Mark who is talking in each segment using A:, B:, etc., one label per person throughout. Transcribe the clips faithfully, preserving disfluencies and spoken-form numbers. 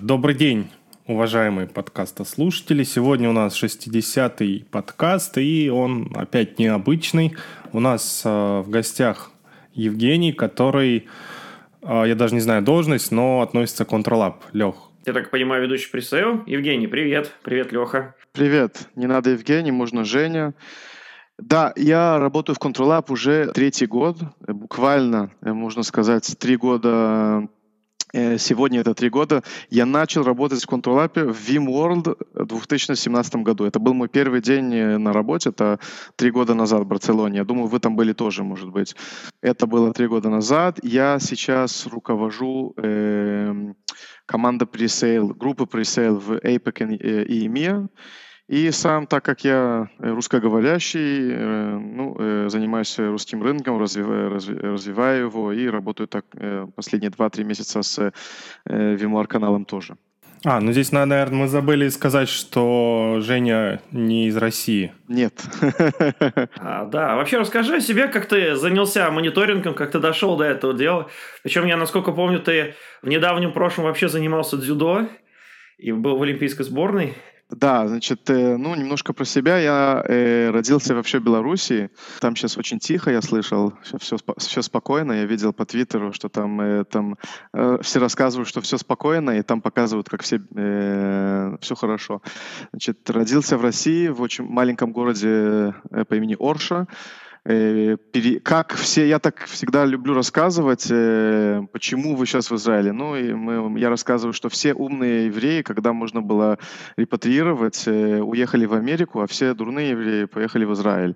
A: Добрый день, уважаемые подкастослушатели. Сегодня у нас шестидесятый подкаст, и он опять необычный. У нас э, в гостях Евгений, который, э, я даже не знаю должность, но относится к Control-App. Лех.
B: Я так понимаю, ведущий пресейл. Евгений, привет. Привет, Леха.
C: Привет. Не надо Евгений, можно Женя. Да, я работаю в Control-App уже третий год. Буквально, можно сказать, три года. Сегодня это три года. Я начал работать в Control-App в VMworld в две тысячи семнадцатом году. Это был мой первый день на работе. Это три года назад в Барселоне. Я думаю, вы там были тоже, может быть. Это было три года назад. Я сейчас руковожу э, командой пресейл, группы пресейл в эй пэк и и EMEA. И сам, так как я русскоговорящий, э, ну, э, занимаюсь русским рынком, развиваю, развиваю его и работаю так э, последние два-три месяца с э, VMware-каналом тоже.
A: А, ну здесь, наверное, мы забыли сказать, что Женя не из России.
C: Нет.
B: А, да, вообще расскажи о себе, как ты занялся мониторингом, как ты дошел до этого дела. Причем я, насколько помню, ты в недавнем прошлом вообще занимался дзюдо и был в олимпийской сборной.
C: Да, значит, э, ну, немножко про себя. Я э, родился вообще в Беларуси. Там сейчас очень тихо, я слышал. Все, все спокойно. Я видел по Твиттеру, что там, э, там э, все рассказывают, что все спокойно, и там показывают, как все, э, все хорошо. Значит, родился в России, в очень маленьком городе э, по имени Орша. Как все, я так всегда люблю рассказывать, почему вы сейчас в Израиле. Ну, и мы, я рассказываю, что все умные евреи, когда можно было репатриировать, уехали в Америку, а все дурные евреи поехали в Израиль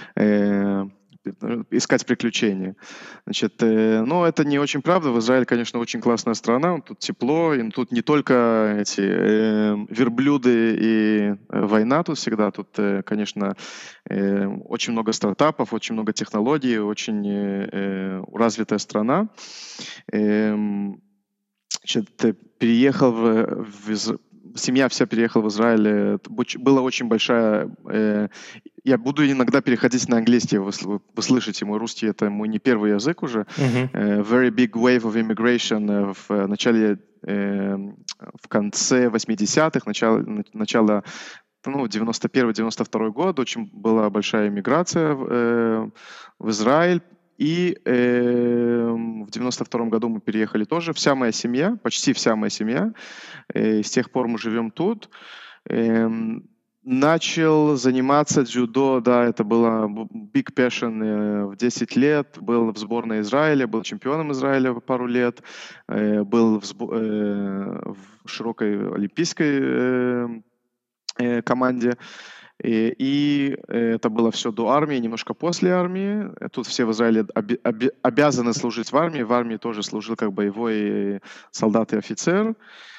C: искать приключения. Значит, э, но это не очень правда. В Израиле, конечно, очень классная страна. Тут тепло, и тут не только эти э, верблюды и э, война тут всегда. Тут, э, конечно, э, очень много стартапов, очень много технологий, очень э, развитая страна. Э, значит, переехал в, в семья вся переехала в Израиль. Была очень большая... Э, я буду иногда переходить на английский. Вы, вы слышите, мой русский — это мой не первый язык уже. Uh-huh. Uh, very big wave of immigration в начале... Э, в конце восьмидесятых, начало, начало ну, девяносто первый девяносто второй год. Очень была большая иммиграция в, э, в Израиль. И э, в девяносто втором году мы переехали тоже. Вся моя семья, почти вся моя семья. Э, с тех пор мы живем тут. Э, начал заниматься дзюдо, да, это было big passion э, в десять лет. Был в сборной Израиля, был чемпионом Израиля пару лет. Э, был в, сбо- э, в широкой олимпийской э, э, команде. И, и это было все до армии, немножко после армии. Тут все в Израиле оби, оби, обязаны служить в армии. В армии тоже служил как боевой солдат и офицер.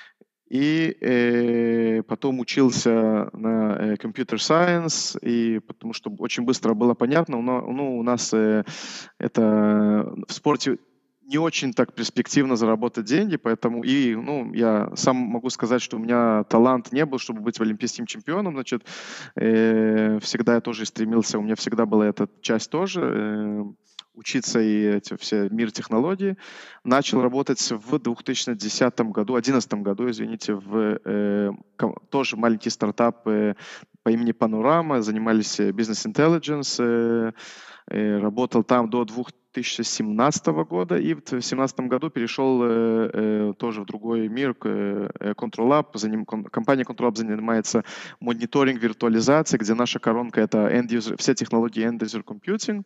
C: И э, потом учился на э, computer science, и потому что очень быстро было понятно, но, ну, у нас э, это в спорте не очень так перспективно заработать деньги, поэтому и, ну, я сам могу сказать, что у меня талант не был, чтобы быть олимпийским чемпионом, значит, э, всегда я тоже стремился, у меня всегда была эта часть тоже, э, учиться и эти все мир технологий. Начал работать в две тысячи десятом году, две тысячи одиннадцатом году, извините, в э, ком, тоже маленький стартап э, по имени Panorama, занимались бизнес-интеллигенс, э, э, работал там до две тысячи семнадцатого года, и в две тысячи семнадцатом году перешел э, э, тоже в другой мир, э, Control-App. Заним, компания Control-App занимается мониторинг, виртуализацией, где наша коронка — это end-user, все технологии end-user computing.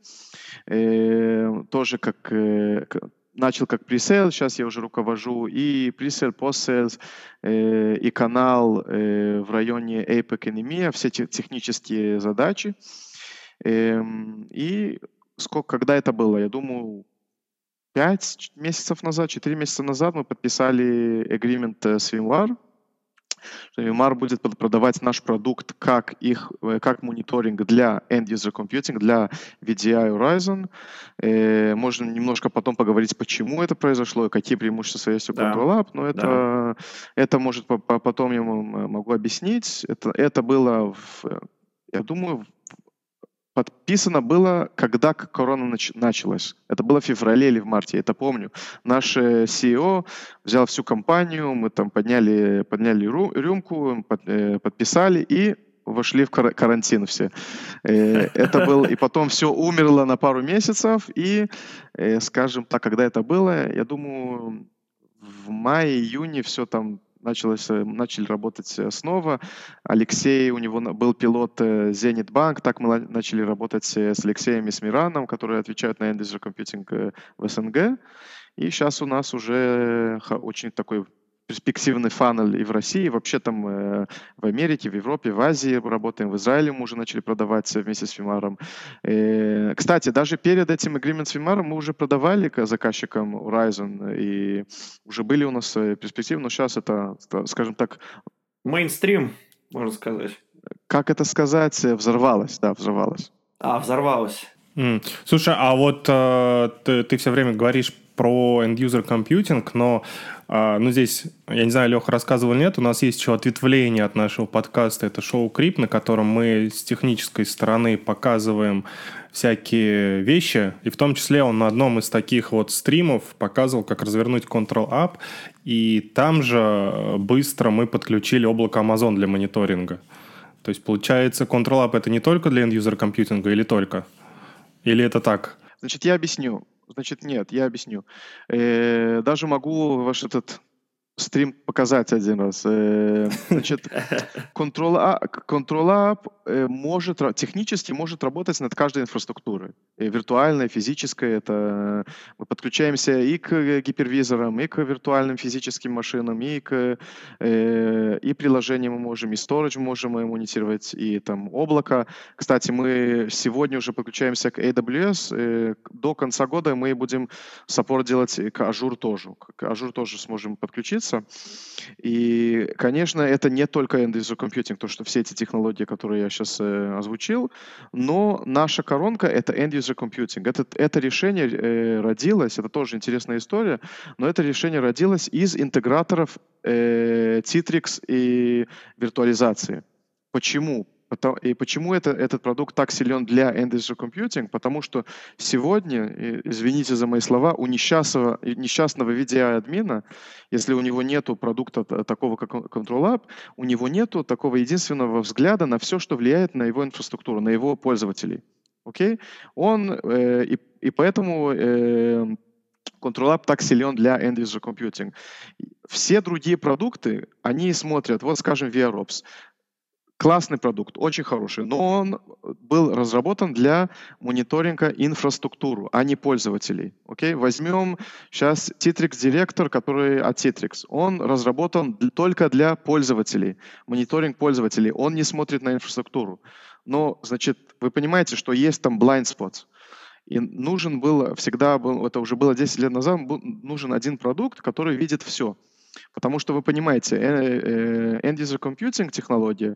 C: Э, тоже как... Э, начал как пресейл, сейчас я уже руковожу и пресейл, постсейлс, э, и канал э, в районе эй пэк и EMEA, все те, технические задачи. Э, и сколько, когда это было? Я думаю, пять месяцев назад, четыре месяца назад мы подписали agreement с VMware. VMware будет продавать наш продукт как, их, как мониторинг для end-user computing, для ви ди ай Horizon. Э, можно немножко потом поговорить, почему это произошло и какие преимущества есть у
B: Да.
C: Control-App, но это, да. это может потом я могу объяснить. Это, это было, в, я думаю, подписано было, когда корона нач- началась. Это было в феврале или в марте, я это помню. Наш э, си и о взял всю компанию, мы там подняли, подняли рю- рюмку, под- э, подписали и вошли в кар- карантин все. Э, Это был, и потом все умерло на пару месяцев, и, э, скажем так, когда это было, я думаю, в мае-июне все там началось, э, начали работать э, снова. Алексей, у него на- был пилот э, Zenit Bank, так мы ла- начали работать э, с Алексеем и с Мираном, которые отвечают на End-User Computing э, в СНГ. И сейчас у нас уже ха- очень такой перспективный фаннель и в России, и вообще там э, в Америке, в Европе, в Азии работаем, в Израиле мы уже начали продавать э, вместе с Фимаром. Э, Кстати, даже перед этим agreement с Фимаром мы уже продавали к заказчикам Horizon, и уже были у нас э, перспективы, но сейчас это, ста- скажем так,
B: Мейнстрим, можно сказать.
C: как это сказать, э, взорвалось, да, взорвалось.
B: А, взорвалось.
A: М. Слушай, а вот э, ты, ты все время говоришь про end-user computing, но э, ну, здесь, я не знаю, Леха рассказывал или нет, у нас есть еще ответвление от нашего подкаста, это шоу Крип, на котором мы с технической стороны показываем всякие вещи, и в том числе он на одном из таких вот стримов показывал, как развернуть Control-App, и там же быстро мы подключили облако Amazon для мониторинга. То есть, получается, Control-App это не только для end-user компьютинга или только? Или это так?
C: Значит, я объясню. Значит, нет, я объясню. Э, Даже могу ваш этот стрим показать один раз. Э, Значит, Control, Control App э, может, ра- технически может работать над каждой инфраструктурой. И виртуальной, физической. Это мы подключаемся и к э, гипервизорам, и к виртуальным физическим машинам, и к э, и приложениям мы можем, и storage мы можем э, монитировать, и там облако. Кстати, мы сегодня уже подключаемся к эй дабл ю эс. э, к- До конца года мы будем саппорт делать и к Azure тоже. К Azure тоже сможем подключиться. И, конечно, это не только end-user computing, то, что все эти технологии, которые я сейчас э, озвучил, но наша коронка — это end-user computing. Это, это решение э, родилось, это тоже интересная история, но это решение родилось из интеграторов э, Citrix и виртуализации. Почему? Пото- И почему это, этот продукт так силен для end-user computing? Потому что сегодня, и, извините за мои слова, у несчастного, и несчастного ви ди ай-админа, если у него нету продукта т- такого, как Control App, у него нету такого единственного взгляда на все, что влияет на его инфраструктуру, на его пользователей. Окей? Он, э, и, и поэтому э, Control App так силен для end-user computing. Все другие продукты, они смотрят, вот скажем, VROps. Классный продукт, очень хороший, но он был разработан для мониторинга инфраструктуры, а не пользователей. Окей? Возьмем сейчас Citrix Director, который от Citrix. Он разработан д- только для пользователей, мониторинг пользователей. Он не смотрит на инфраструктуру. Но, значит, вы понимаете, что есть там blind spots. И нужен был, всегда был, это уже было десять лет назад, был нужен один продукт, который видит все. Потому что вы понимаете, э, э, end-user computing технология,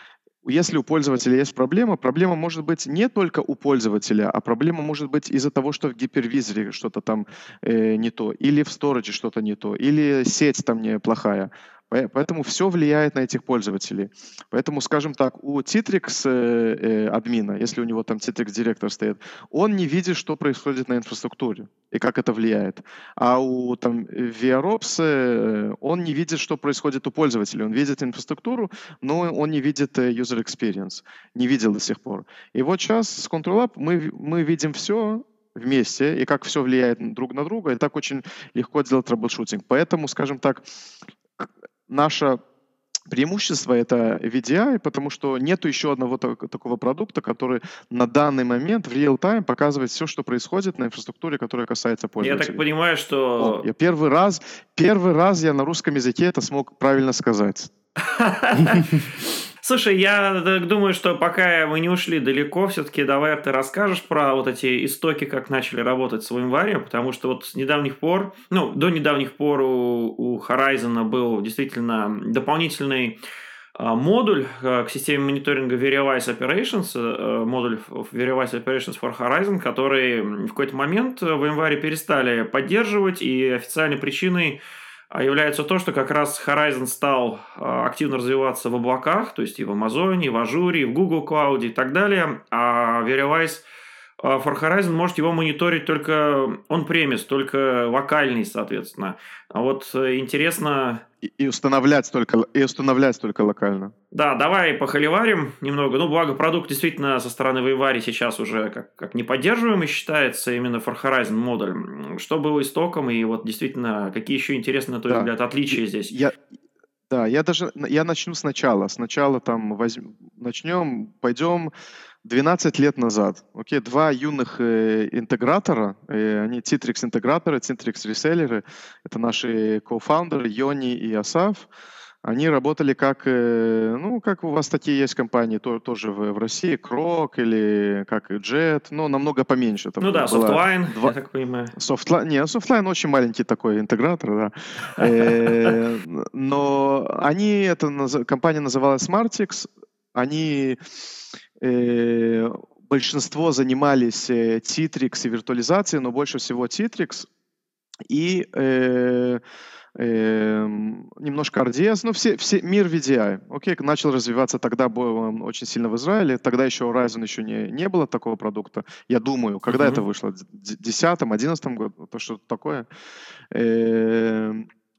C: если у пользователя есть проблема, проблема может быть не только у пользователя, а проблема может быть из-за того, что в гипервизоре что-то там э, не то, или в сторидже что-то не то, или сеть там неплохая. Пое- Поэтому все влияет на этих пользователей. Поэтому, скажем так, у Citrix э, э, админа, если у него там Citrix директор стоит, он не видит, что происходит на инфраструктуре и как это влияет. А у там VROps э, он не видит, что происходит у пользователя. Он видит инфраструктуру, но он не видит э, user experience, не видел до сих пор. И вот сейчас с Control App мы, ви- мы видим все вместе, и как все влияет друг на друга, и так очень легко делать трэблшутинг. Поэтому, скажем так, к- наше преимущество — это ви ди ай, потому что нету еще одного так- такого продукта, который на данный момент в real-time показывает все, что происходит на инфраструктуре, которая касается
B: Я так
C: пользователей.
B: понимаю,
C: О,
B: что...
C: я первый раз, первый раз я на русском языке это смог правильно сказать.
B: Слушай, я так думаю, что пока мы не ушли далеко, все-таки давай ты расскажешь про вот эти истоки, как начали работать с VMware, потому что вот с недавних пор, ну, до недавних пор у, у Horizon был действительно дополнительный а, модуль а, к системе мониторинга Veriwise Operations, а, модуль Veriwise Operations for Horizon, который в какой-то момент в VMware перестали поддерживать, и официальной причиной является то, что как раз Horizon стал активно развиваться в облаках, то есть и в Амазоне, и в Azure, и в Google Cloud и так далее, а VeriWise for Horizon может его мониторить только on-premise, только локальный, соответственно. А вот интересно...
C: И, и, устанавливать только, и устанавливать только локально.
B: Да, давай похоливарим немного. Ну, благо, продукт действительно со стороны Вейвари сейчас уже как, как неподдерживаемый считается, именно for Horizon модуль. Что было истоком, и вот действительно, какие еще интересные, на твой
C: Да.
B: взгляд, отличия здесь?
C: Я, да, я даже я начну сначала. Сначала там возьм, начнем, пойдем двенадцать лет назад. Окей, два юных э, интегратора, э, они Citrix интеграторы, Citrix реселлеры, это наши кофаундеры Йони и Асаф. Они работали как, э, ну, как у вас такие есть компании, то, тоже в, в России, Крок или как Jet, но намного поменьше. Там
B: ну да,
C: было
B: Softline,
C: два...
B: я так понимаю.
C: Softline, не, Softline очень маленький такой интегратор, да. Но они, эта компания называлась Smartix, они... Большинство занимались Citrix и виртуализацией, но больше всего Citrix и э, э, немножко ар ди эс, ну все, все мир ви ди ай. Окей, начал развиваться тогда очень сильно в Израиле, тогда еще Horizon еще не, не было такого продукта, я думаю, когда mm-hmm. это вышло, в десятом, одиннадцатом году, то что-то такое. Э,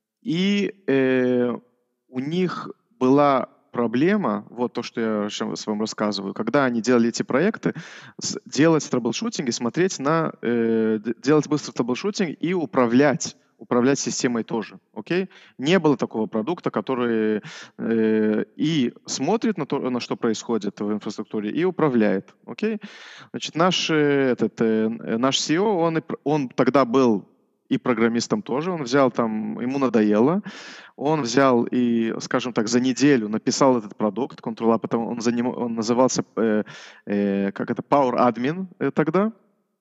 C: и э, у них была проблема, вот то, что я сейчас вам рассказываю, когда они делали эти проекты, делать трэблшутинг и смотреть на, э, делать быстрый трэблшутинг и управлять, управлять системой тоже, окей? Не было такого продукта, который э, и смотрит на то, на что происходит в инфраструктуре, и управляет, окей? Значит, наш, этот, э, наш си и о, он, он тогда был и программистом тоже, он взял там, ему надоело, он взял и, скажем так, за неделю написал этот продукт, Control App, потом он, заним, он назывался, э, э, как это, Power Admin э, тогда,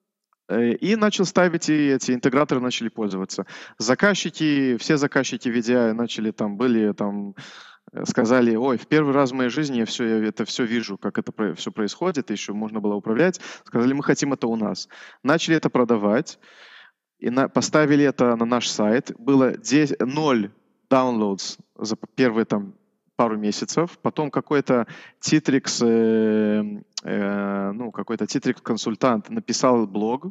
C: э, и начал ставить, и эти интеграторы начали пользоваться. Заказчики, все заказчики ви ди ай начали там, были там, сказали, ой, в первый раз в моей жизни я все, я это все вижу, как это все происходит, еще можно было управлять, сказали, мы хотим это у нас. Начали это продавать, и на, поставили это на наш сайт. Было ноль downloads за первые там пару месяцев. Потом какой-то Citrix, э, э, ну, какой-то Citrix-консультант написал блог.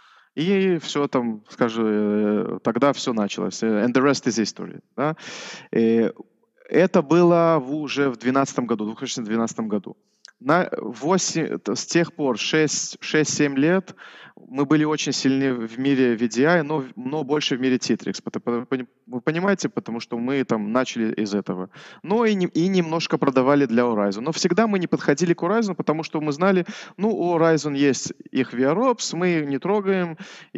C: И все там, скажем, э, тогда все началось. And the rest is history. Да? И это было в, уже в две тысячи двенадцатом году, в две тысячи двенадцатом году. На восемь, с тех пор шесть-семь лет мы были очень сильны в мире ви ди ай, но, но больше в мире Citrix. Вы понимаете, потому что мы там начали из этого. Но и, не, и немножко продавали для Horizon. Но всегда мы не подходили к Horizon, потому что мы знали, ну, у Horizon есть их VROps, мы не трогаем.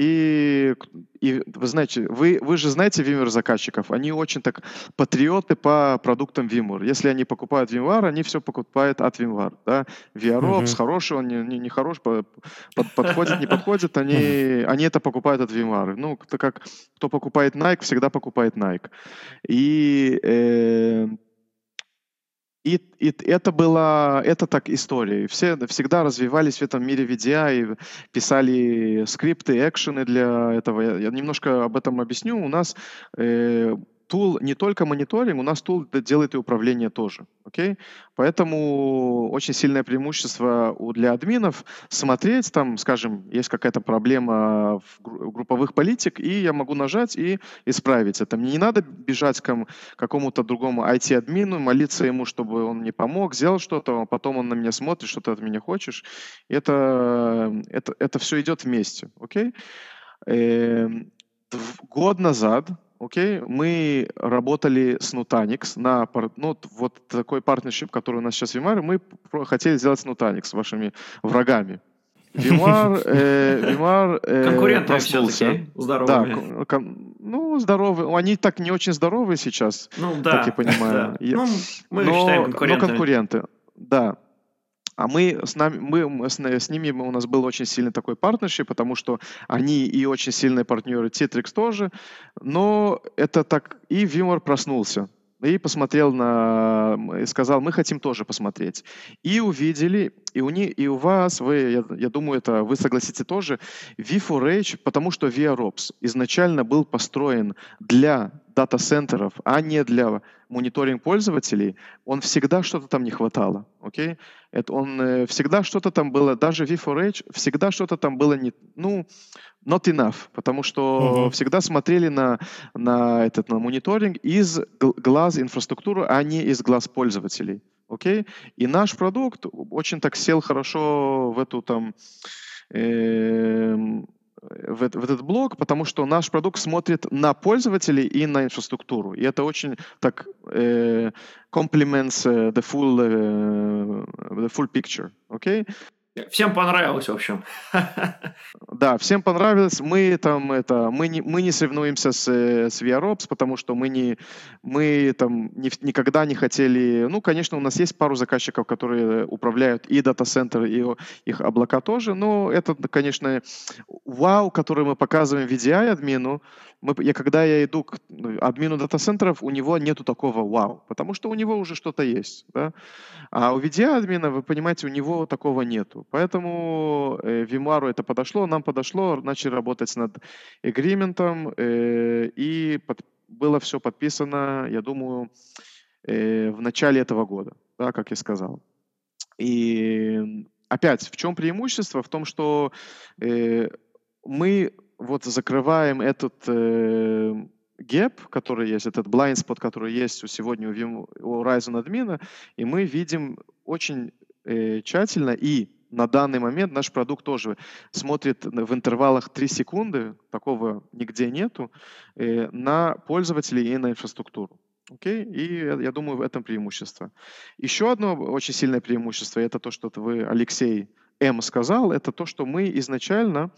C: И, и вы знаете, вы, вы же знаете VMware заказчиков, они очень так патриоты по продуктам VMware. Если они покупают VMware, они все покупают от VMware. Да? VROps, mm-hmm. хороший, он не, не, не хороший, под, подходит, не подходит, они, mm-hmm. они это покупают от VMware. Ну, это как кто покупает Nike, всегда покупает Nike. И, э, и, и это была, это так история. Все всегда развивались в этом мире ви ди ай, писали скрипты, экшены для этого. Я, я немножко об этом объясню. У нас э, тул не только мониторинг, у нас тул делает и управление тоже. Okay? Поэтому очень сильное преимущество для админов смотреть, там, скажем, есть какая-то проблема в групповых политик, и я могу нажать и исправить это. Мне не надо бежать к какому-то другому ай ти-админу, молиться ему, чтобы он мне помог, сделал что-то, а потом он на меня смотрит, что ты от меня хочешь. Это, это, это все идет вместе. Okay? Год назад Окей, okay. Мы работали с Nutanix на ну, вот такой партнершип, который у нас сейчас в VMware, мы хотели сделать с Nutanix, с вашими врагами. VMware, э, VMware э,
B: конкуренты все-таки здоровые.
C: Да, кон, ну, здоровые. Они так не очень здоровые сейчас,
B: ну, да,
C: так я понимаю.
B: Да. Я, ну, мы
C: но,
B: считаем конкурентами.
C: Но конкуренты, да. А мы с, нами, мы с, с ними у нас был очень сильный такой партнершип, потому что они и очень сильные партнеры, Citrix тоже, но это так, и VMware проснулся. И посмотрел на, и сказал, мы хотим тоже посмотреть. И увидели, и у, не, и у вас, вы, я, я думаю, это вы согласитесь тоже, ви фор эйч, потому что VROps изначально был построен для дата-центров, а не для мониторинга пользователей, он всегда что-то там не хватало. Окей? Это он э, всегда что-то там было, даже ви фор эйч, всегда что-то там было не, ну, not enough, потому что
A: Мгм.
C: всегда смотрели на, на этот на мониторинг из гл- глаз инфраструктуры, а не из глаз пользователей. Окей? И наш продукт очень так сел хорошо в эту там эм, в, эт- в этот блок, потому что наш продукт смотрит на пользователей и на инфраструктуру. И это очень так э, complements э, the full, э, the full picture. Окей?
B: Всем понравилось, в общем.
C: Да, всем понравилось. Мы там это, мы не, мы не соревнуемся с, э, с VROps, потому что мы не, мы там не в- никогда не хотели. Ну, конечно, у нас есть пару заказчиков, которые управляют и дата-центр, и о- их облака тоже. Но это, конечно, вау, который мы показываем в ви ди ай админу. Мы, я, когда я иду к ну, админу дата-центров, у него нету такого вау, потому что у него уже что-то есть, да. А у ви ди ай-админа, вы понимаете, у него такого нету. Поэтому э, Вимару это подошло, нам подошло, начали работать над агриментом, э, и под- было все подписано, я думаю, э, в начале этого года, да, как я сказал. И опять, в чем преимущество? В том, что э, мы вот закрываем этот э, гэп, который есть, этот blind spot, который есть у сегодня у, Vim- у Horizon админа, и мы видим очень э, тщательно, и на данный момент наш продукт тоже смотрит на- в интервалах три секунды, такого нигде нету, э, на пользователей и на инфраструктуру. Окей? И я я думаю, в этом преимущество. Еще одно очень сильное преимущество, это то, что вы, Алексей М. сказал, это то, что мы изначально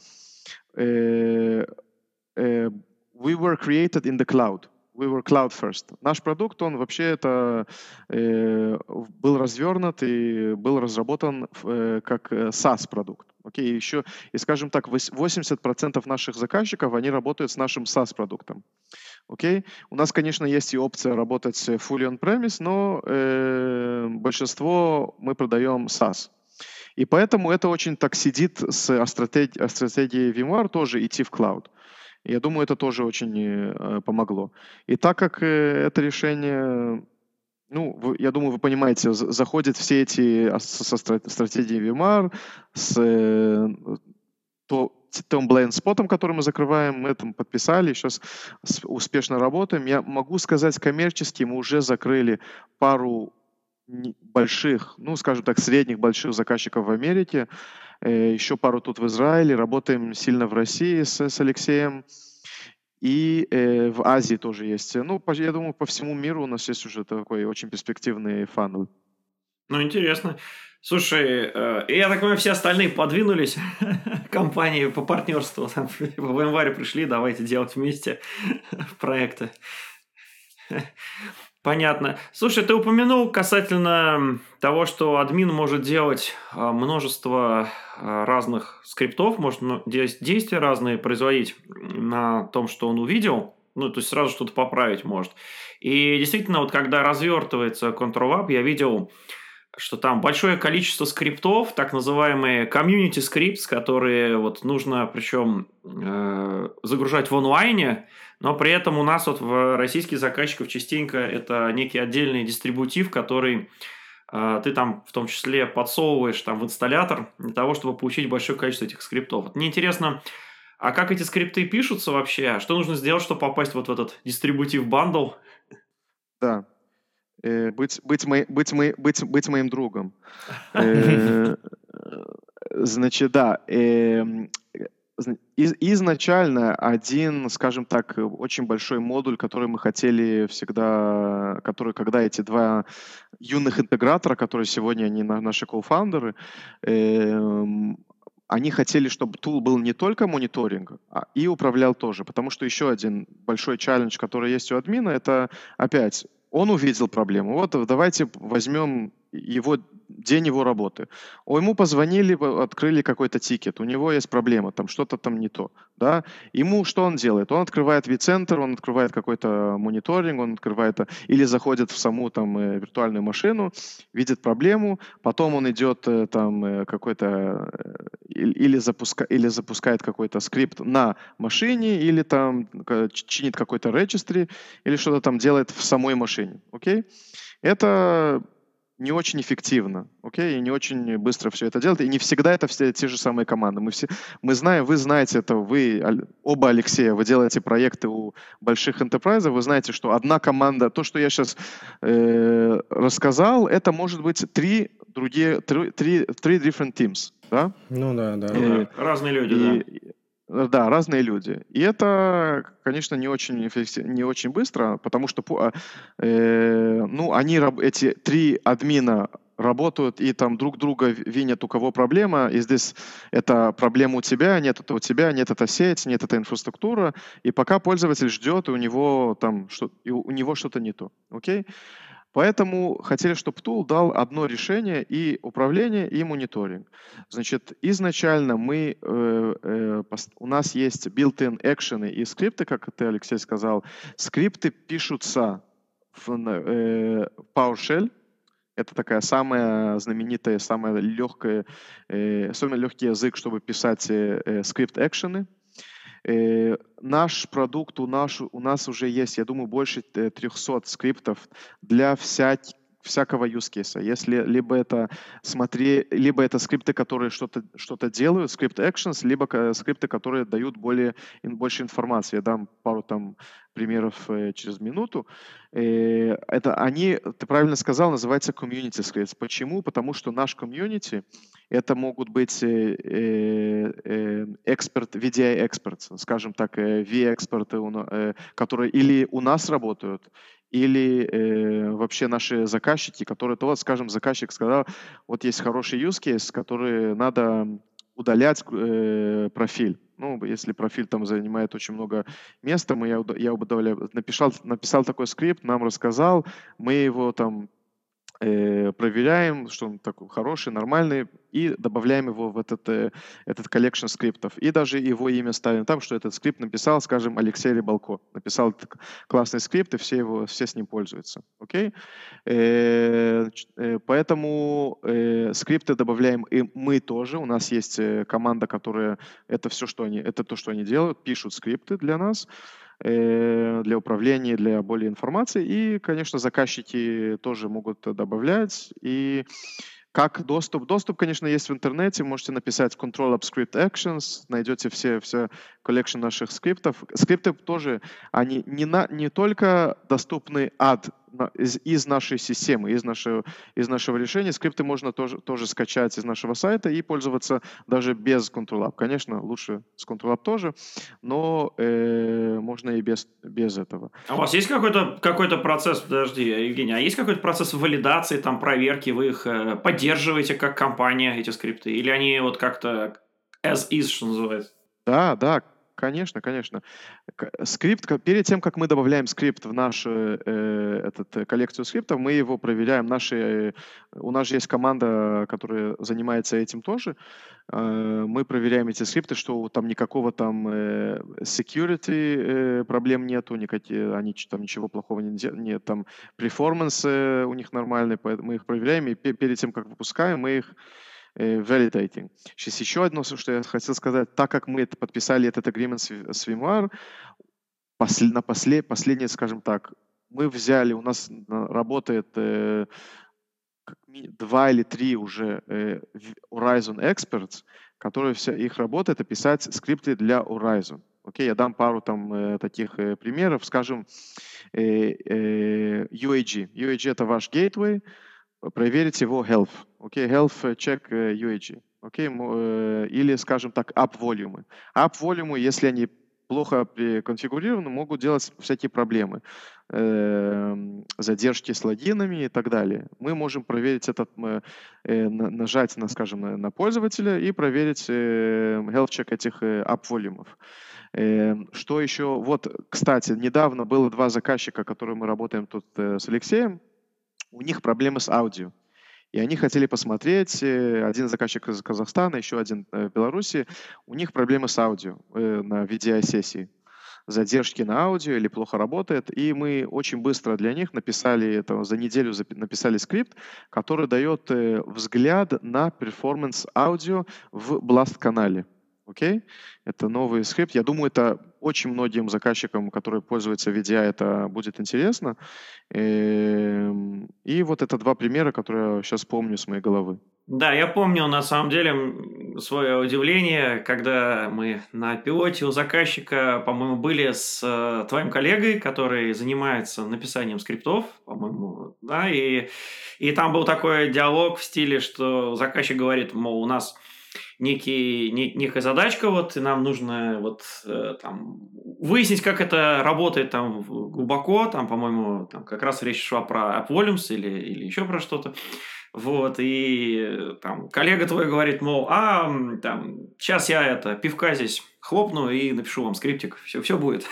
C: э, э, we were created in the cloud. We were cloud first. Наш продукт, он вообще это э, в- был развернут и был разработан э, как э, SaaS-продукт. Окей, еще, и скажем так, вось- восемьдесят процентов наших заказчиков, они работают с нашим SaaS-продуктом. Окей? У нас, конечно, есть и опция работать э, fully on-premise, но э, большинство мы продаем SaaS. И поэтому это очень так сидит с о стратег- о стратегией VMware тоже идти в клауд. Я думаю, это тоже очень э, помогло. И так как э, это решение, ну, вы- я думаю, вы понимаете, за- заходят все эти ас- со стра- стратегией VMware, с э, то, тем блайнд-спотом, который мы закрываем, мы там подписали, сейчас успешно работаем. Я могу сказать, коммерчески мы уже закрыли пару не- больших, ну, скажем так, средних больших заказчиков в Америке, э, еще пару тут в Израиле, работаем сильно в России с, с Алексеем, и э, в Азии тоже есть. Ну, по- я думаю, по всему миру у нас есть уже такой очень перспективный фанл.
B: Ну, интересно. Слушай, э, я так понимаю, все остальные подвинулись компании по партнерству. Там, в январе пришли, давайте делать вместе проекты. Понятно. Слушай, ты упомянул касательно того, что админ может делать а, множество а, разных скриптов, может ну, дес- действия разные производить на том, что он увидел, ну, то есть сразу что-то поправить может. И действительно, вот когда развертывается Control App, я видел, что там большое количество скриптов, так называемые community scripts, которые вот нужно причем э, загружать в онлайне, но при этом у нас вот в российских заказчиков частенько это некий отдельный дистрибутив, который э, ты там в том числе подсовываешь там в инсталлятор для того, чтобы получить большое количество этих скриптов. Вот мне интересно, а как эти скрипты пишутся вообще? Что нужно сделать, чтобы попасть вот в этот дистрибутив бандл?
C: Да. Э, быть, быть, мой- быть, мой- быть, быть моим другом. Э, Значит, да. эм, э, зн- из- Изначально один, скажем так, э, очень большой модуль, который мы хотели всегда, который, когда эти два юных интегратора, которые сегодня они на- наши коуфаундеры, эм, они хотели, чтобы тул был не только мониторинг, а и управлял тоже. Потому что еще один большой челлендж, который есть у админа, это опять он увидел проблему. Вот давайте возьмем его день его работы. О, ему позвонили, открыли какой-то тикет, у него есть проблема, там что-то там не то, да. Ему что он делает? Он открывает vCenter, он открывает какой-то мониторинг, он открывает или заходит в саму там виртуальную машину, видит проблему, потом он идет там какой-то или, запуска, или запускает какой-то скрипт на машине, или там чинит какой-то registry, или что-то там делает в самой машине, окей? Это не очень эффективно, окей, и не очень быстро все это делает, и не всегда это все те же самые команды. Мы, все, мы знаем, вы знаете это, вы оба, Алексея, вы делаете проекты у больших enterprise, вы знаете, что одна команда, то, что я сейчас э, рассказал, это может быть три другие, три, три, три different teams, да?
A: Ну да, да.
B: И, разные люди,
C: и, да. Да, разные люди. И это, конечно, не очень, не очень быстро, потому что э, ну, они, эти три админа работают и там друг друга винят, у кого проблема, и здесь это проблема у тебя, нет это у тебя, нет это сеть, нет это инфраструктура, и пока пользователь ждет, и у него там что, и у него что-то не то. Окей? Поэтому хотели, чтобы Tool дал одно решение и управление, и мониторинг. Значит, изначально мы, э, э, у нас есть built-in экшены и скрипты, как ты, Алексей, сказал. Скрипты пишутся в э, PowerShell. Это такая самая знаменитая, самая легкая, э, самый легкий язык, чтобы писать э, скрипт-экшены. Э, наш продукт, у нас, у нас уже есть, я думаю, больше трехсот скриптов для всяких всякого use case. Если либо это смотри, либо это скрипты, которые что-то что-то делают, скрипт actions, либо скрипты, которые дают более, больше информации. Я дам пару там примеров э, через минуту. Э, это они, ты правильно сказал, называется community scripts. Почему? Потому что наш community это могут быть э, э, эксперт, ви ди ай experts, скажем так, э, V-эксперты, э, которые или у нас работают, или э, вообще наши заказчики, которые, то вот, скажем, заказчик сказал, вот есть хороший use case, который надо удалять э, профиль. Ну, если профиль там занимает очень много места, мы, я, я удаляю, написал, написал такой скрипт, нам рассказал, мы его там э, проверяем, что он такой хороший, нормальный, и добавляем его в этот, э, этот коллекшн скриптов. И даже его имя ставим там, что этот скрипт написал, скажем, Алексей Рыбалко. Написал классный скрипт, и все, его, все с ним пользуются. Окей? Э, э, поэтому э, скрипты добавляем и мы тоже. У нас есть команда, которая это все, что они, это то, что они делают, пишут скрипты для нас, для управления, для более информации. И, конечно, заказчики тоже могут добавлять. И как доступ? Доступ, конечно, есть в интернете. Можете написать control up script actions, найдете все, все коллекшн наших скриптов. Скрипты тоже, они не, на, не только доступны от из, из нашей системы, из нашего, из нашего решения. Скрипты можно тоже, тоже скачать из нашего сайта и пользоваться даже без Control App. Конечно, лучше с Control App тоже, но э, можно и без, без этого.
B: А у вас есть какой-то, какой-то процесс, подожди, Евгений, а есть какой-то процесс валидации, там, проверки, вы их э, поддерживаете как компания, эти скрипты, или они вот как-то as is, что называется?
C: Да, да, конечно, конечно. Скрипт, перед тем, как мы добавляем скрипт в нашу э, этот, коллекцию скриптов, мы его проверяем. Наши, у нас же есть команда, которая занимается этим тоже. Э, мы проверяем эти скрипты, что там никакого там э, security э, проблем нету, никакие, они там ничего плохого не делают, нет, там performance э, у них нормальный, поэтому мы их проверяем, и перед тем, как выпускаем, мы их validating. Сейчас еще одно, что я хотел сказать. Так как мы это подписали этот agreement с VMware, послед, на послед, последнее, скажем так, мы взяли, у нас работает э, два или три уже э, Horizon Experts, которые вся их работа — это писать скрипты для Horizon. Окей, я дам пару там э, таких э, примеров. Скажем, э, э, ю эй джи. ю эй джи — это ваш gateway. Проверить его health. Окей, okay, health check ю эй джи. Окей, okay? Или, скажем так, app volume. App volume, если они плохо конфигурированы, могут делать всякие проблемы. Задержки с логинами и так далее. Мы можем проверить этот, нажать, на, скажем, на пользователя и проверить health check этих app volume. Что еще? Вот, кстати, недавно было два заказчика, которые мы работаем тут с Алексеем. У них проблемы с аудио. И они хотели посмотреть, э, один заказчик из Казахстана, еще один э, в Беларуси, у них проблемы с аудио э, на ви ди ай-сессии. Задержки на аудио или плохо работает. И мы очень быстро для них написали, это, за неделю запи- написали скрипт, который дает э, взгляд на перформанс аудио в Blast-канале. Окей? Это новый скрипт. Я думаю, это очень многим заказчикам, которые пользуются ви ди ай, это будет интересно. Эм, И вот это два примера, которые я сейчас помню с моей головы.
B: Да, я помню на самом деле м, свое удивление, когда мы на пилоте у заказчика, по-моему, были с э, твоим коллегой, который занимается написанием скриптов, по-моему, да, и, и там был такой диалог в стиле, что заказчик говорит, мол, у нас некий, не- некая задачка, вот, и нам нужно вот э, там выяснить, как это работает там в- глубоко, там, по-моему, там как раз речь шла про AppVolumes или, или еще про что-то. Вот, и э, там коллега твой говорит, мол, а, м, там, сейчас я это, пивка здесь хлопну и напишу вам скриптик, все, все будет.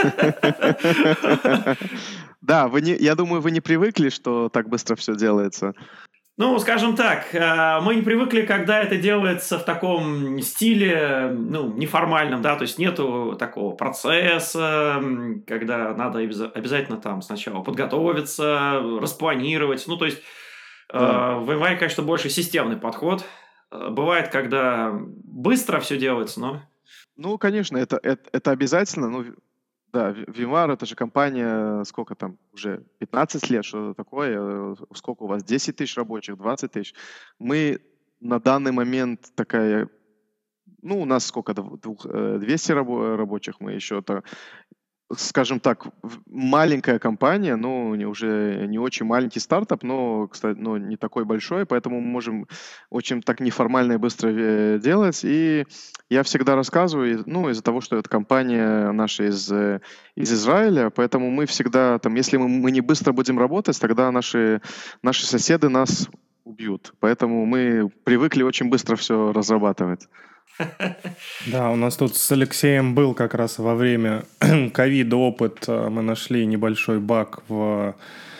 C: Да, вы не, я думаю, вы не привыкли, что так быстро все делается.
B: Ну, скажем так, э, мы не привыкли, когда это делается в таком стиле, ну, неформальном, да, то есть нету такого процесса, м, когда надо обяза- обязательно там сначала подготовиться, распланировать, ну, то есть э,
C: Да.
B: в январе, конечно, больше системный подход. Э, Бывает, когда быстро все делается, но...
C: Ну, конечно, это, это, это обязательно. Ну, да, Ви- Vimar — это же компания, сколько там, уже пятнадцать лет, что такое? э, Сколько у вас? десять тысяч рабочих, двадцать тысяч. Мы на данный момент такая, ну, у нас сколько, дв- двух- э, двести рабо- рабочих, мы еще это, скажем так, в- маленькая компания, ну, не, уже не очень маленький стартап, но, кстати, но не такой большой, поэтому мы можем очень так неформально и быстро э, делать. И я всегда рассказываю, и- ну, из-за того, что это компания наша из, э, из Израиля, поэтому мы всегда, там, если мы, мы не быстро будем работать, тогда наши, наши соседи нас убьют. Поэтому мы привыкли очень быстро все разрабатывать.
A: Да, у нас тут с Алексеем был как раз во время ковида опыт. э, Мы нашли небольшой баг в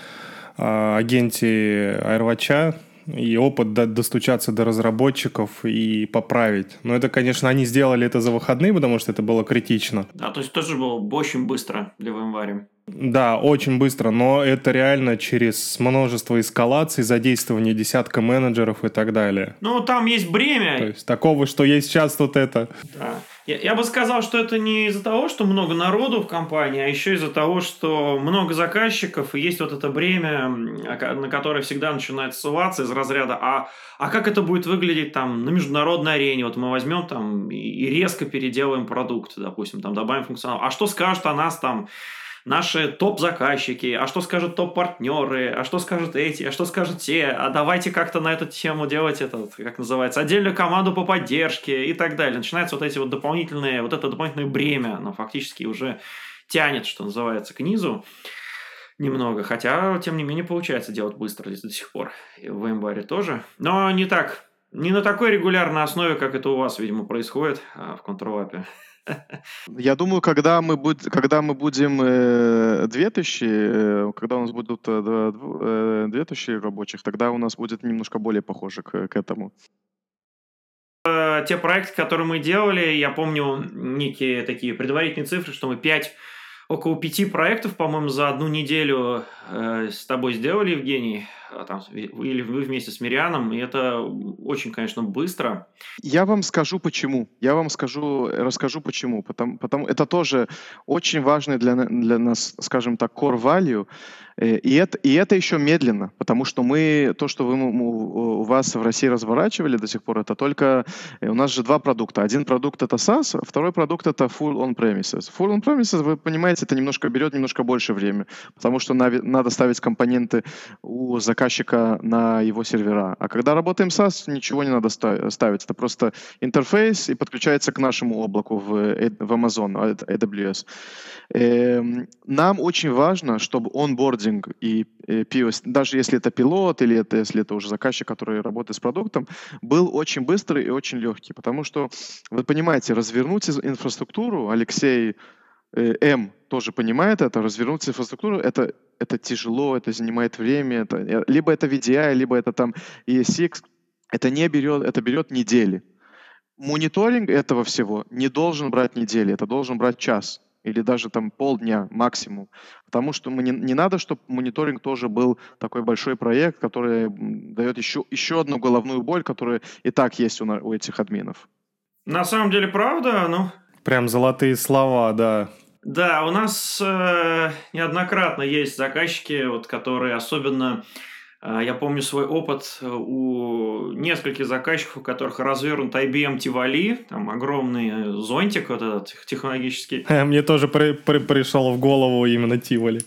A: э, агенте Airwatch, и опыт до- достучаться до разработчиков и поправить. Но это, конечно, они сделали это за выходные, потому что это было критично.
B: Да, то есть тоже было очень быстро для в январе.
A: Да, очень быстро, но это реально через множество эскалаций, задействование десятка менеджеров и так далее.
B: Ну, там есть
A: То
B: бремя.
A: есть такого, что есть сейчас вот это.
B: Да. Я, я бы сказал, что это не из-за того, что много народу в компании, а еще из-за того, что много заказчиков, и есть вот это бремя, м, а ко- на которое всегда начинает ссылаться из разряда, а, а как это будет выглядеть там на международной арене? Вот мы возьмем там и, и резко переделаем продукт, допустим, там добавим функционал. А что скажут о нас там наши топ-заказчики, а что скажут топ-партнеры, а что скажут эти, а что скажут те, а давайте как-то на эту тему делать этот, как называется, отдельную команду по поддержке и так далее. Начинаются вот эти вот дополнительные, вот это дополнительное бремя, оно фактически уже тянет, что называется, к низу немного, хотя, тем не менее, получается делать быстро до сих пор, и в январе тоже, но не так, не на такой регулярной основе, как это у вас, видимо, происходит а, в Control-App.
C: Я думаю, когда мы, буд- когда мы будем э, две тысячи, э, когда у нас будут э, дв- дв- э, две тысячи рабочих, тогда у нас будет немножко более похоже к, к этому.
B: Те проекты, которые мы делали, я помню некие такие предварительные цифры, что мы пять, около пяти проектов, по-моему, за одну неделю э, с тобой сделали, Евгений, а там, или вы вместе с Мирианом, и это очень, конечно, быстро.
C: Я вам скажу почему. Я вам скажу, расскажу почему. Потому, потому это тоже очень важный для, на- для нас, скажем так, core value. Э, И это, и это еще медленно, потому что мы, то, что вы м- у у вас в России разворачивали до сих пор, это только, э, у нас же два продукта. Один продукт это SaaS, а второй продукт это full on-premises. Full on-premises, вы понимаете, это немножко берет немножко больше времени, потому что нави- надо ставить компоненты у заказчика на его сервера. А когда работаем SaaS, ничего не надо ста- ставить. Это просто интерфейс и подключается к нашему облаку в, э- в Amazon, а, это эй дабл ю эс. Эм, Нам очень важно, чтобы онбординг и э, пи о эс, даже если это пилот или это, если это уже заказчик, который работает с продуктом, был очень быстрый и очень легкий. Потому что, вы понимаете, развернуть из- инфраструктуру, Алексей, э, М, тоже понимает это, развернуть инфраструктуру, это, это тяжело, это занимает время, это, либо это ви ди ай, либо это там и эс икс, это не берет, это берет недели. Мониторинг этого всего не должен брать недели, это должен брать час или даже там полдня максимум. Потому что мы не, не надо, чтобы мониторинг тоже был такой большой проект, который м, дает еще, еще одну головную боль, которая и так есть у, на- у этих админов.
B: На самом деле, правда, ну,
A: Прям золотые слова, да.
B: да, у нас э, неоднократно есть заказчики, вот, которые особенно, э, я помню свой опыт у нескольких заказчиков, у которых развернут ай би эм Tivoli, там огромный зонтик вот этот технологический.
A: Мне тоже при- при- пришел в голову именно Tivoli.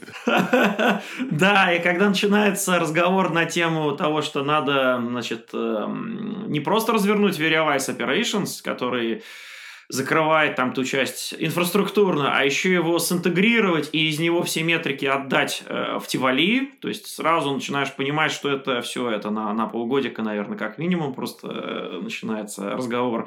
B: Да, и когда начинается разговор на тему того, что надо, значит, эм, не просто развернуть VeriWise Operations, который закрывает там ту часть инфраструктурную, а еще его синтегрировать и из него все метрики отдать э, в Tivoli, то есть сразу начинаешь понимать, что это все это на, на полгодика, наверное, как минимум, просто э, начинается разговор.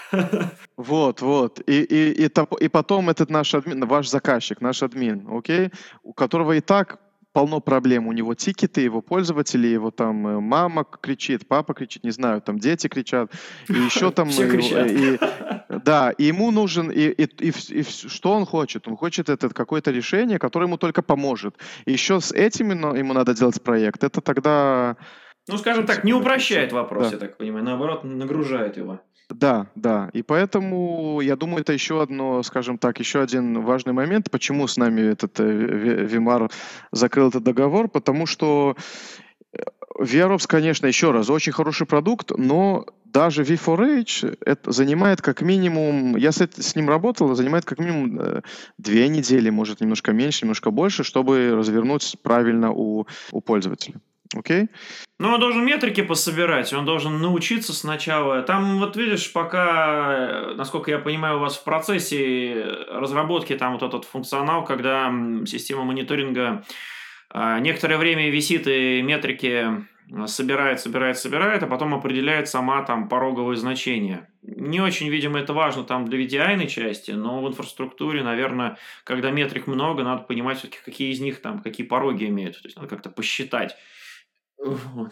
C: Вот, вот. И, и, и, топ- и потом этот наш админ, ваш заказчик, наш админ, окей, у которого и так полно проблем. У него тикеты, его пользователи, его там э, мама кричит, папа кричит, не знаю, там дети кричат, и еще там...
B: Все
C: э,
B: кричат.
C: и- да, и ему нужен... И, и, и вс- и вс- что он хочет? Он хочет это какое-то решение, которое ему только поможет. И еще с этим ему ему надо делать проект. Это тогда...
B: Ну, скажем
C: Сейчас,
B: так, не
C: секундочку,
B: упрощает
C: всё.
B: вопрос,
C: Да.
B: я так понимаю, наоборот, нагружает его.
C: Да, да. И поэтому, я думаю, это еще одно, скажем так, еще один важный момент, почему с нами этот э, Ви- Вимар закрыл этот договор, потому что э, VROps, конечно, еще раз, очень хороший продукт, но даже ви фор эйч это занимает как минимум, я с, эт- с ним работал, занимает как минимум э, две недели, может, немножко меньше, немножко больше, чтобы развернуть правильно у, у пользователя. Окей?
B: Ну, он должен метрики пособирать, он должен научиться сначала. Там, вот видишь, пока, э, насколько я понимаю, у вас в процессе разработки там вот этот функционал, когда м, система мониторинга а, некоторое время висит и метрики а, собирает, собирает, собирает, а потом определяет сама там пороговые значения. Не очень, видимо, это важно там для ви ди ай-ной части, но в инфраструктуре, наверное, когда метрик много, надо понимать все-таки, какие из них там, какие пороги имеют. То есть надо как-то посчитать. Вот.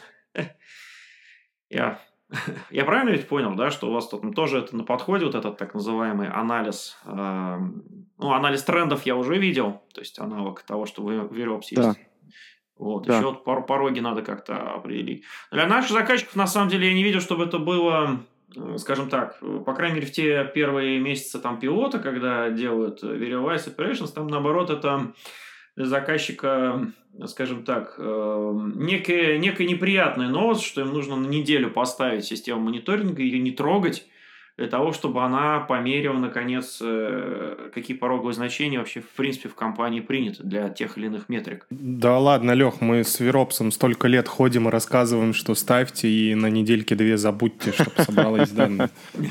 B: Я, я правильно ведь понял, да, что у вас тут тоже это на подходе, вот этот так называемый анализ, эм, ну, анализ трендов я уже видел, то есть аналог того, что в VeriOps
C: Да,
B: есть. Вот,
C: да.
B: еще вот пор- пороги надо как-то определить. Для наших заказчиков, на самом деле, я не видел, чтобы это было, э, скажем так, э, по крайней мере, в те первые месяцы там пилота, когда делают э, VeriWise Operations, там, наоборот, это для заказчика, скажем так, э, некая, некая неприятная новость, что им нужно на неделю поставить систему мониторинга или не трогать, для того, чтобы она померила, наконец, э, какие пороговые значения вообще, в принципе, в компании приняты для тех или иных метрик.
A: Да ладно, Лех, мы с Веропсом столько лет ходим и рассказываем, что ставьте и на недельке две забудьте, чтобы собралось данные.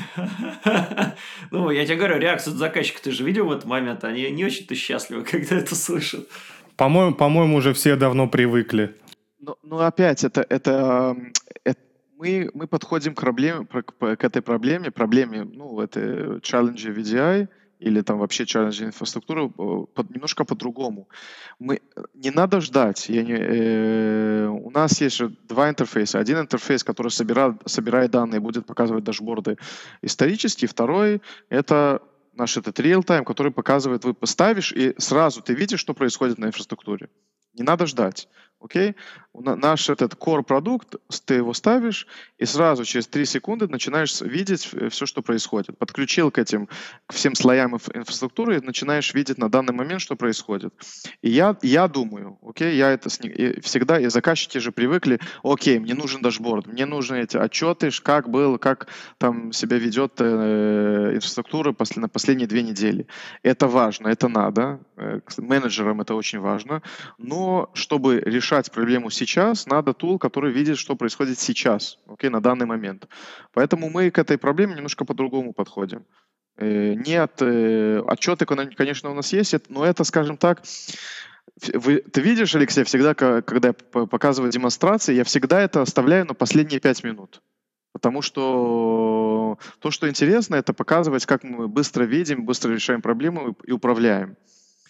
B: Ну, я тебе говорю, реакцию заказчика ты же видел в этот момент, они не очень-то счастливы, когда это слышат.
A: По-моему, по-моему, уже все давно привыкли.
C: Ну, ну, опять, это, это, м, это мы, мы подходим к, проблеме, про- к, к этой проблеме, проблеме, ну, это challenge ви ди ай или там вообще challenge инфраструктуры э, под- немножко по-другому. Мы, э, не надо ждать. Я не, э, у нас есть же два интерфейса. Один интерфейс, который собирает, собирает данные, будет показывать дашборды исторические. Второй — это наш этот real-time, который показывает, вы поставишь, и сразу ты видишь, что происходит на инфраструктуре. Не надо ждать. Окей? У на- Наш этот core продукт, с- ты его ставишь, и сразу через три секунды начинаешь с- видеть все, что происходит. Подключил к этим, к всем слоям инф- инфраструктуры, и начинаешь видеть на данный момент, что происходит. И я, я думаю, окей, я это с ни- и всегда, и заказчики же привыкли, окей, мне нужен дашборд, мне нужны эти отчеты, ш- как было, как там себя ведет э, инфраструктура после, на последние две недели. Это важно, это надо, э, к менеджерам это очень важно, но чтобы решать проблему сейчас, надо тул, который видит, что происходит сейчас, окей, на данный момент. Поэтому мы к этой проблеме немножко по-другому подходим. Э, Нет, э, отчеты, кон- конечно, у нас есть, это- но это, скажем так, ф- вы, ты видишь, Алексей, всегда, ка- когда я п- показываю демонстрации, я всегда это оставляю на последние пять минут. Потому что то, что интересно, это показывать, как мы быстро видим, быстро решаем проблему и и управляем.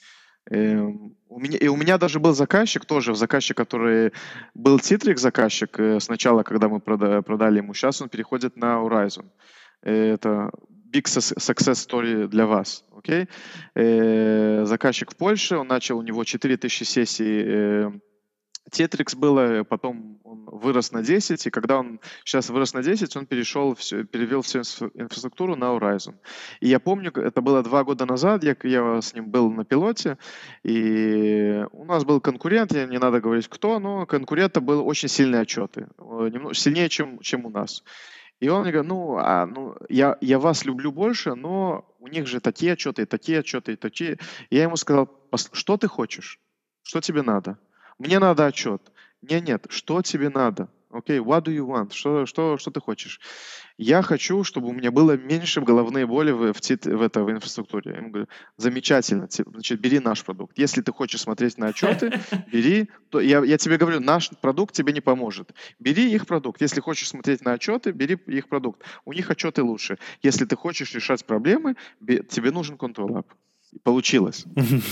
C: Эм, у меня, и у меня даже был заказчик, тоже заказчик, который был Citrix заказчик э, сначала, когда мы прода- продали ему, сейчас он переходит на Horizon. Э, Это big sus- success story для вас, окей? Э, Заказчик в Польше, он начал, у него четыре тысячи сессий э, Тетрикс было, потом он вырос на десять, и когда он сейчас вырос на десять, он перешел, всё- перевел всю инфра- инфраструктуру на Horizon. И я помню, к- это было два года назад, я, я с ним был на пилоте, и у нас был конкурент, я- не надо говорить кто, но конкурента был очень сильные отчеты, э, немного сильнее, чем, чем у нас. И он мне говорит, ну, а, ну я, я вас люблю больше, но у них же такие отчеты, и такие отчеты, и такие. Я ему сказал, «Пос- что ты хочешь? Что тебе надо? Мне надо отчет. Нет, нет, что тебе надо? Окей, what do you want? Что, что, что ты хочешь? Я хочу, чтобы у меня было меньше головные боли в, в, тит- в, это, в инфраструктуре. Я ему говорю, замечательно, те- значит, бери наш продукт. Если ты хочешь смотреть на отчеты, бери. То я, я тебе говорю, наш продукт тебе не поможет. Бери их продукт. Если хочешь смотреть на отчеты, бери их продукт. У них отчеты лучше. Если ты хочешь решать проблемы, бе- тебе нужен Control App. И получилось.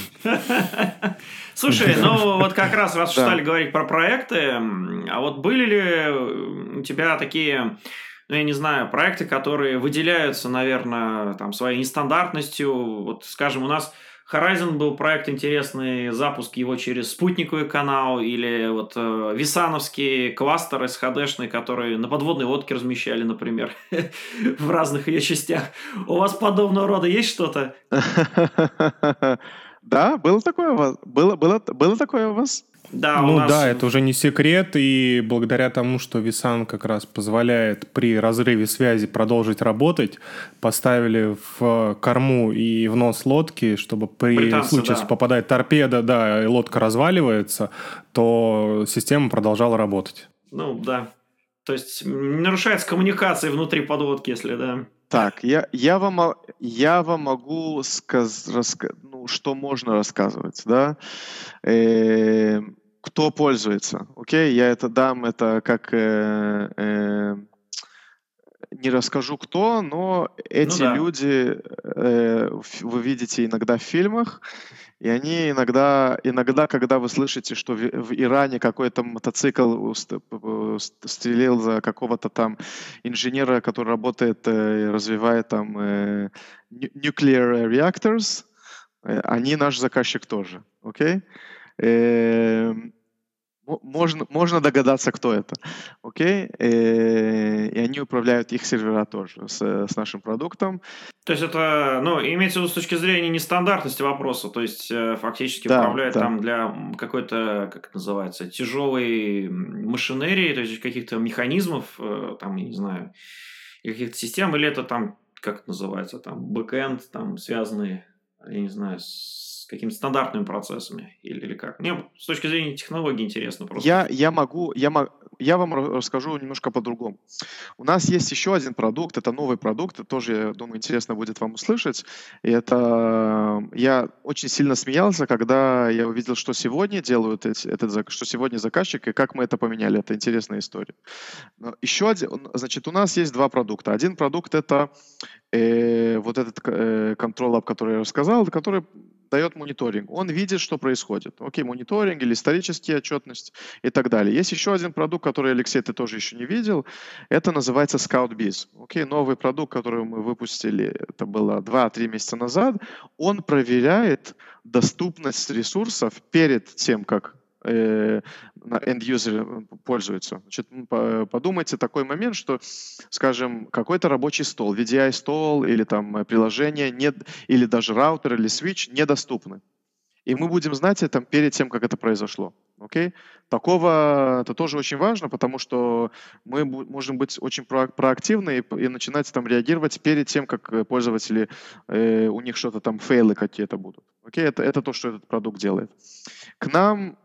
B: Слушай, ну вот как раз, раз уж
C: Да.
B: стали говорить про проекты, м, а вот были ли э, у тебя такие, ну я не знаю, проекты, которые выделяются, наверное, там своей нестандартностью? Вот, скажем, у нас Horizon был проект интересный, запуск его через спутниковый канал, или вот э, висановские кластеры с ХДшные, которые на подводной лодке размещали, например, в разных ее частях. У вас подобного рода есть что-то?
C: Да, было такое у вас? Было, было, было такое у вас?
B: Да, у
A: Ну
B: нас
A: да, это уже не секрет, и благодаря тому, что Висан как раз позволяет при разрыве связи продолжить работать, поставили в корму и в нос лодки, чтобы при
B: британцы,
A: случае,
B: да.
A: если попадает торпеда, да, и лодка разваливается, то система продолжала работать.
B: Ну, да. То есть не нарушается коммуникация внутри подводки, если да.
C: Так, я, я, вам, мо- я вам могу сказ, раска- ну, что можно рассказывать, да? Э, Кто пользуется, окей? Я это дам, это как... э, э, не расскажу кто, но
B: Ну
C: эти
B: да.
C: люди э, в- вы видите иногда в фильмах, и они иногда, иногда, когда вы слышите, что в, в Иране какой-то мотоцикл уст- п- ст- стрелил за какого-то там инженера, который работает э, и развивает там э, nu- nuclear reactors, э, они наш заказчик тоже, окей? Эм, Мо- Можно, можно догадаться, кто это. Окей? Э, И они управляют их сервера тоже с, с нашим продуктом.
B: То есть это, ну, имеется в виду с точки зрения нестандартности вопроса, то есть э, фактически
C: Да,
B: управляет
C: да.
B: там для м, какой-то, как это называется, тяжелой м, машинерии, то есть каких-то механизмов, э, там, я не знаю, или каких-то систем, или это там, как это называется, там, бэкэнд, там, связанные, я не знаю, с какими-то стандартными процессами, или, или как. Мне с точки зрения технологий интересно просто.
C: Я, я могу, я, мо- я вам ра- расскажу немножко по-другому. У нас есть еще один продукт, это новый продукт, это тоже, я думаю, интересно будет вам услышать. И это я очень сильно смеялся, когда я увидел, что сегодня делают эти, этот, зак- что сегодня заказчик и как мы это поменяли. Это интересная история. Но еще один, он- значит, у нас есть два продукта. Один продукт это э, вот этот э, Control App, который я рассказал, который дает мониторинг. Он видит, что происходит. Окей, мониторинг или историческая отчетность и так далее. Есть еще один продукт, который, Алексей, ты тоже еще не видел. Это называется ScoutBiz. Окей, новый продукт, который мы выпустили, это было два-три месяца назад. Он проверяет доступность ресурсов перед тем, как э, на- end-user пользуется. Значит, м, по- подумайте такой момент, что, скажем, какой-то рабочий стол, ви ди ай-стол или там э, приложение, нет, или даже раутер или switch недоступны. И мы будем знать это перед тем, как это произошло. Окей? Такого это тоже очень важно, потому что мы бу- можем быть очень про- проактивны и, п- и начинать там реагировать перед тем, как э, пользователи, э, у них что-то там, фейлы какие-то будут. Окей? Это, это то, что этот продукт делает. К нам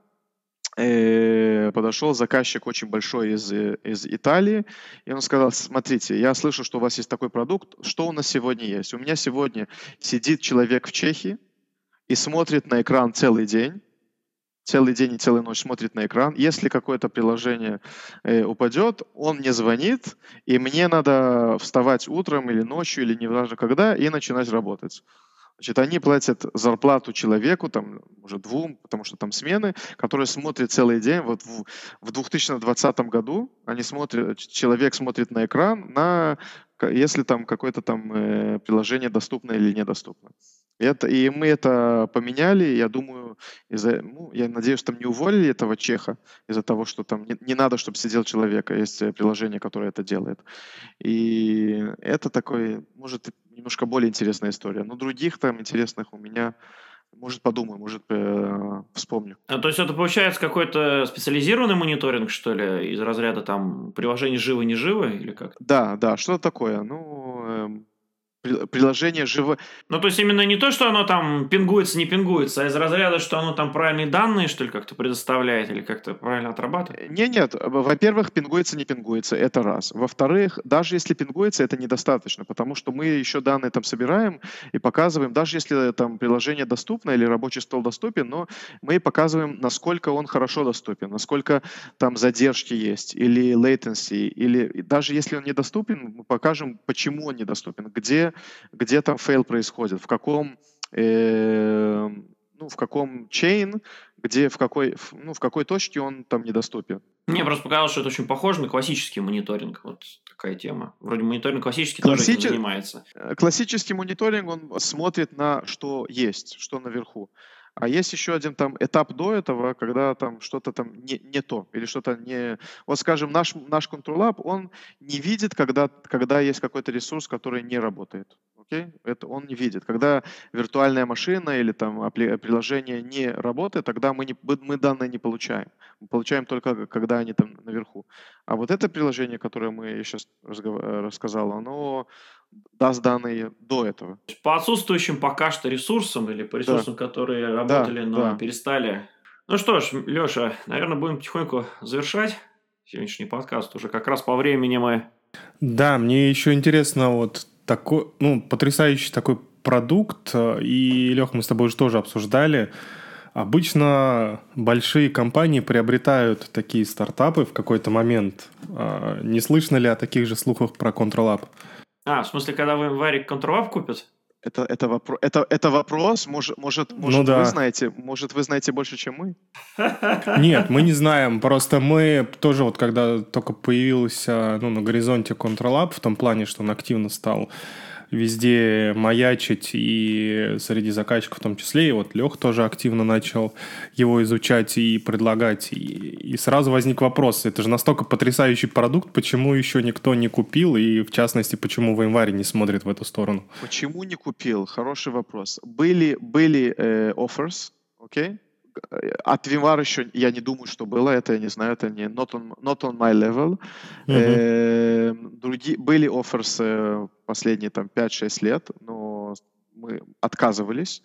C: э, подошел заказчик очень большой из, э, из Италии, и он сказал, смотрите, я слышу, что у вас есть такой продукт, что у нас сегодня есть? У меня сегодня сидит человек в Чехии и смотрит на экран целый день, целый день и целую ночь смотрит на экран. Если какое-то приложение э, упадет, он мне звонит, и мне надо вставать утром или ночью, или неважно когда, и начинать работать. Значит, они платят зарплату человеку, там, уже двум, потому что там смены, которые смотрят целый день. Вот в, в две тысячи двадцатом году они смотрят, человек смотрит на экран, на, ка- если там какое-то там э, приложение доступно или недоступно. И Это, и мы это поменяли, я думаю, из-за, ну, я надеюсь, там не уволили этого чеха из-за того, что там не, не надо, чтобы сидел человек, а есть э, приложение, которое это делает. И это такой, может, немножко более интересная история. Но других там интересных у меня, может, подумаю, может, э, вспомню.
B: А, то есть это получается какой-то специализированный мониторинг, что ли, из разряда там приложений живы-не живы или как?
C: Да, да, что такое? Ну, эм, при- приложение живо...
B: Ну, то есть именно не то, что оно там пингуется, не пингуется, а из разряда, что оно там правильные данные, что ли, как-то предоставляет или как-то правильно отрабатывает?
C: Не, нет, в- во-первых, пингуется, не пингуется, это раз. Во-вторых, даже если пингуется, это недостаточно, потому что мы еще данные там собираем и показываем, даже если там приложение доступно или рабочий стол доступен, но мы показываем, насколько он хорошо доступен, насколько там задержки есть, или latency, или и даже если он недоступен, мы покажем, почему он недоступен, где, где там фейл происходит, в каком, э, ну, в каком chain, где, в какой, в- ну, в какой точке он там недоступен.
B: Мне просто показалось, что это очень похоже на классический мониторинг. Вот такая тема. Вроде мониторинг классический тоже этим
C: Классичи-
B: занимается.
C: э, Классический мониторинг, он смотрит на что есть, что наверху. А есть еще один там этап до этого, когда там что-то там не, не то, или что-то не... Вот, скажем, наш, наш Control Lab, он не видит, когда, когда есть какой-то ресурс, который не работает. Окей? Это он не видит. Когда виртуальная машина или там апли- приложение не работает, тогда мы, не, мы мы данные не получаем. Мы получаем только, когда они там наверху. А вот это приложение, которое мы сейчас рассказал, оно даст данные до этого.
B: По отсутствующим пока что ресурсам или по
C: Да,
B: ресурсам, которые
C: да,
B: работали, но
C: да.
B: перестали. Ну что ж, Леша, наверное, будем потихоньку завершать сегодняшний подкаст. Уже как раз по времени мы...
A: Да, мне еще интересно вот такой, ну, потрясающий такой продукт, э, и, Лех, мы с тобой уже тоже обсуждали. Обычно большие компании приобретают такие стартапы в какой-то момент. А, Не слышно ли о таких же слухах про Control App?
B: А, в смысле, когда вы Варик Control купят?
C: Это, это, вопро- это, это вопрос, может, может,
A: Ну
C: может, вы
A: да.
C: знаете, может, вы знаете больше, чем мы?
A: Нет, мы не знаем. Просто мы тоже вот когда только появился, ну, на горизонте Control App, в том плане, что он активно стал везде маячить и среди заказчиков в том числе. И вот Лех тоже активно начал его изучать и предлагать. И, и сразу возник вопрос. Это же настолько потрясающий продукт, почему еще никто не купил? И в частности, почему в январе не смотрит в эту сторону?
C: Почему не купил? Хороший вопрос. Были, были э, offers, окей? Э, От Vimar еще я не думаю, что было, это я не знаю, это не not on, not on my level.
A: Мгм.
C: Э, други- были offers э, последние там пять-шесть лет, но мы отказывались.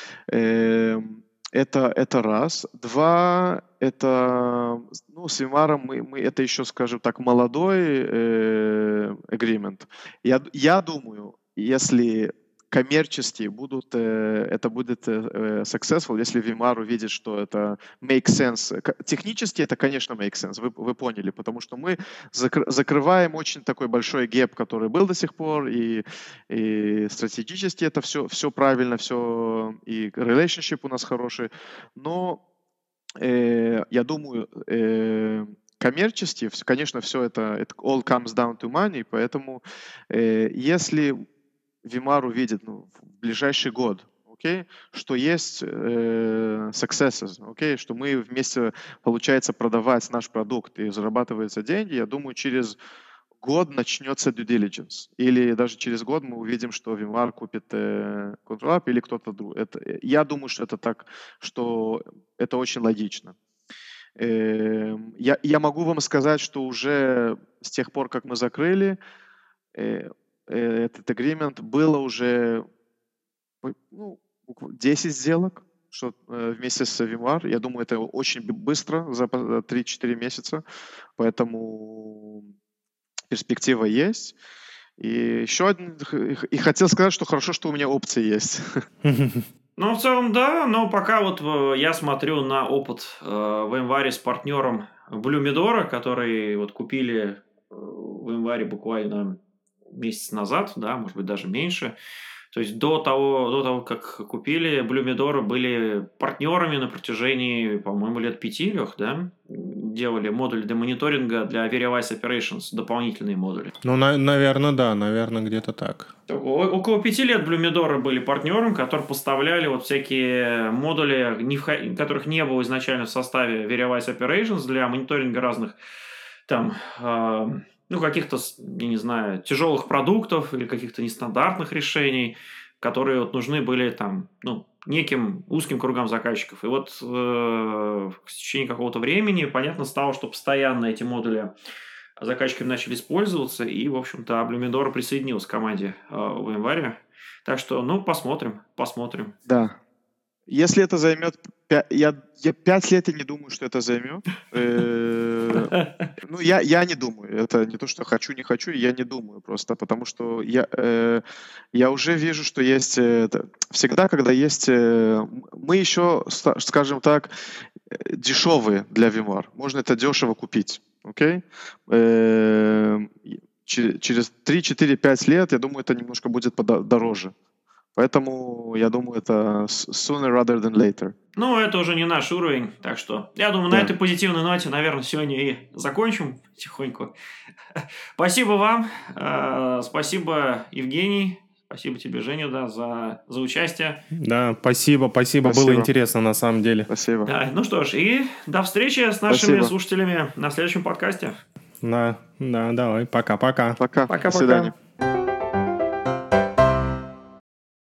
C: Эм, Это, это раз. Два, это, ну, с Vimar мы, мы, это еще, скажем так, молодой э, agreement. Я, я думаю, если коммерчески будут, э, это будет э, э, successful, если Vimar увидит, что это makes sense. К- Технически это, конечно, makes sense, вы, вы поняли, потому что мы закр- закрываем очень такой большой гэп, который был до сих пор, и, и стратегически это все, все правильно, все, и relationship у нас хороший, но э, я думаю, э, коммерчески, вс- конечно, все это, это all comes down to money, поэтому э, если Vimar увидит ну, в ближайший год, окей, что есть э, successes, окей, что мы вместе, получается, продавать наш продукт и зарабатываются деньги, я думаю, через год начнется due diligence. Или даже через год мы увидим, что Vimar купит э, Control App или кто-то другой. Это, э, я думаю, что это так, что это очень логично. Эм, Я, я могу вам сказать, что уже с тех пор, как мы закрыли э, э, этот agreement, было уже п- ну, букв- десять сделок что, э, вместе с Vimar. Я думаю, это очень б- быстро, за по- три-четыре месяца. Поэтому перспектива есть. И еще один, х- и хотел сказать, что хорошо, что у меня опции есть.
B: Ну, в целом, да, но пока вот э, я смотрю на опыт э, в январе с партнером Блюмидора, который вот купили э, в январе буквально месяц назад, да, может быть, даже меньше. То есть до того, до того, как купили, Blumidor были партнерами на протяжении, по-моему, лет пяти, Лех, да? Делали модуль для мониторинга для Veriwise Operations, дополнительные модули.
A: Ну, на- наверное, да, наверное, где-то так.
B: О- Около пяти лет Blumidor были партнером, которые поставляли вот всякие модули, не вхо- которых не было изначально в составе Veriwise Operations для мониторинга разных там... э, ну, каких-то, я не знаю, тяжелых продуктов или каких-то нестандартных решений, которые вот нужны были там, ну, неким узким кругам заказчиков. И вот э, в течение какого-то времени понятно стало, что постоянно эти модули заказчиками начали использоваться, и, в общем-то, Blumidor присоединился к команде э, в январе. Так что, ну, посмотрим, посмотрим.
C: Да. Если это займет... пя- Я, я пять лет и не думаю, что это займет. Э, Ну, я, я не думаю. Это не то, что хочу, не хочу, я не думаю просто, потому что я, э, я уже вижу, что есть... э, это- Всегда, когда есть... э, м- Мы еще, ста- скажем так, э, дешевые для VMware. Можно это дешево купить. Окей? Э, и че- Через три, четыре, пять лет, я думаю, это немножко будет подо- дороже. Поэтому я думаю, это s- sooner rather than later.
B: Ну, это уже не наш уровень, так что я думаю, на
C: Да.
B: этой позитивной ноте, наверное, сегодня и закончим потихоньку. Спасибо вам, э, спасибо, Евгений, спасибо тебе, Женя, да, за, за участие.
A: Да, спасибо, спасибо, было
C: Спасибо.
A: интересно на самом деле.
C: Спасибо.
B: Да, ну что ж, и до встречи с нашими
C: Спасибо.
B: слушателями на следующем подкасте.
A: Да, да, давай, пока-пока.
C: Пока.
B: Пока-пока.
C: До свидания.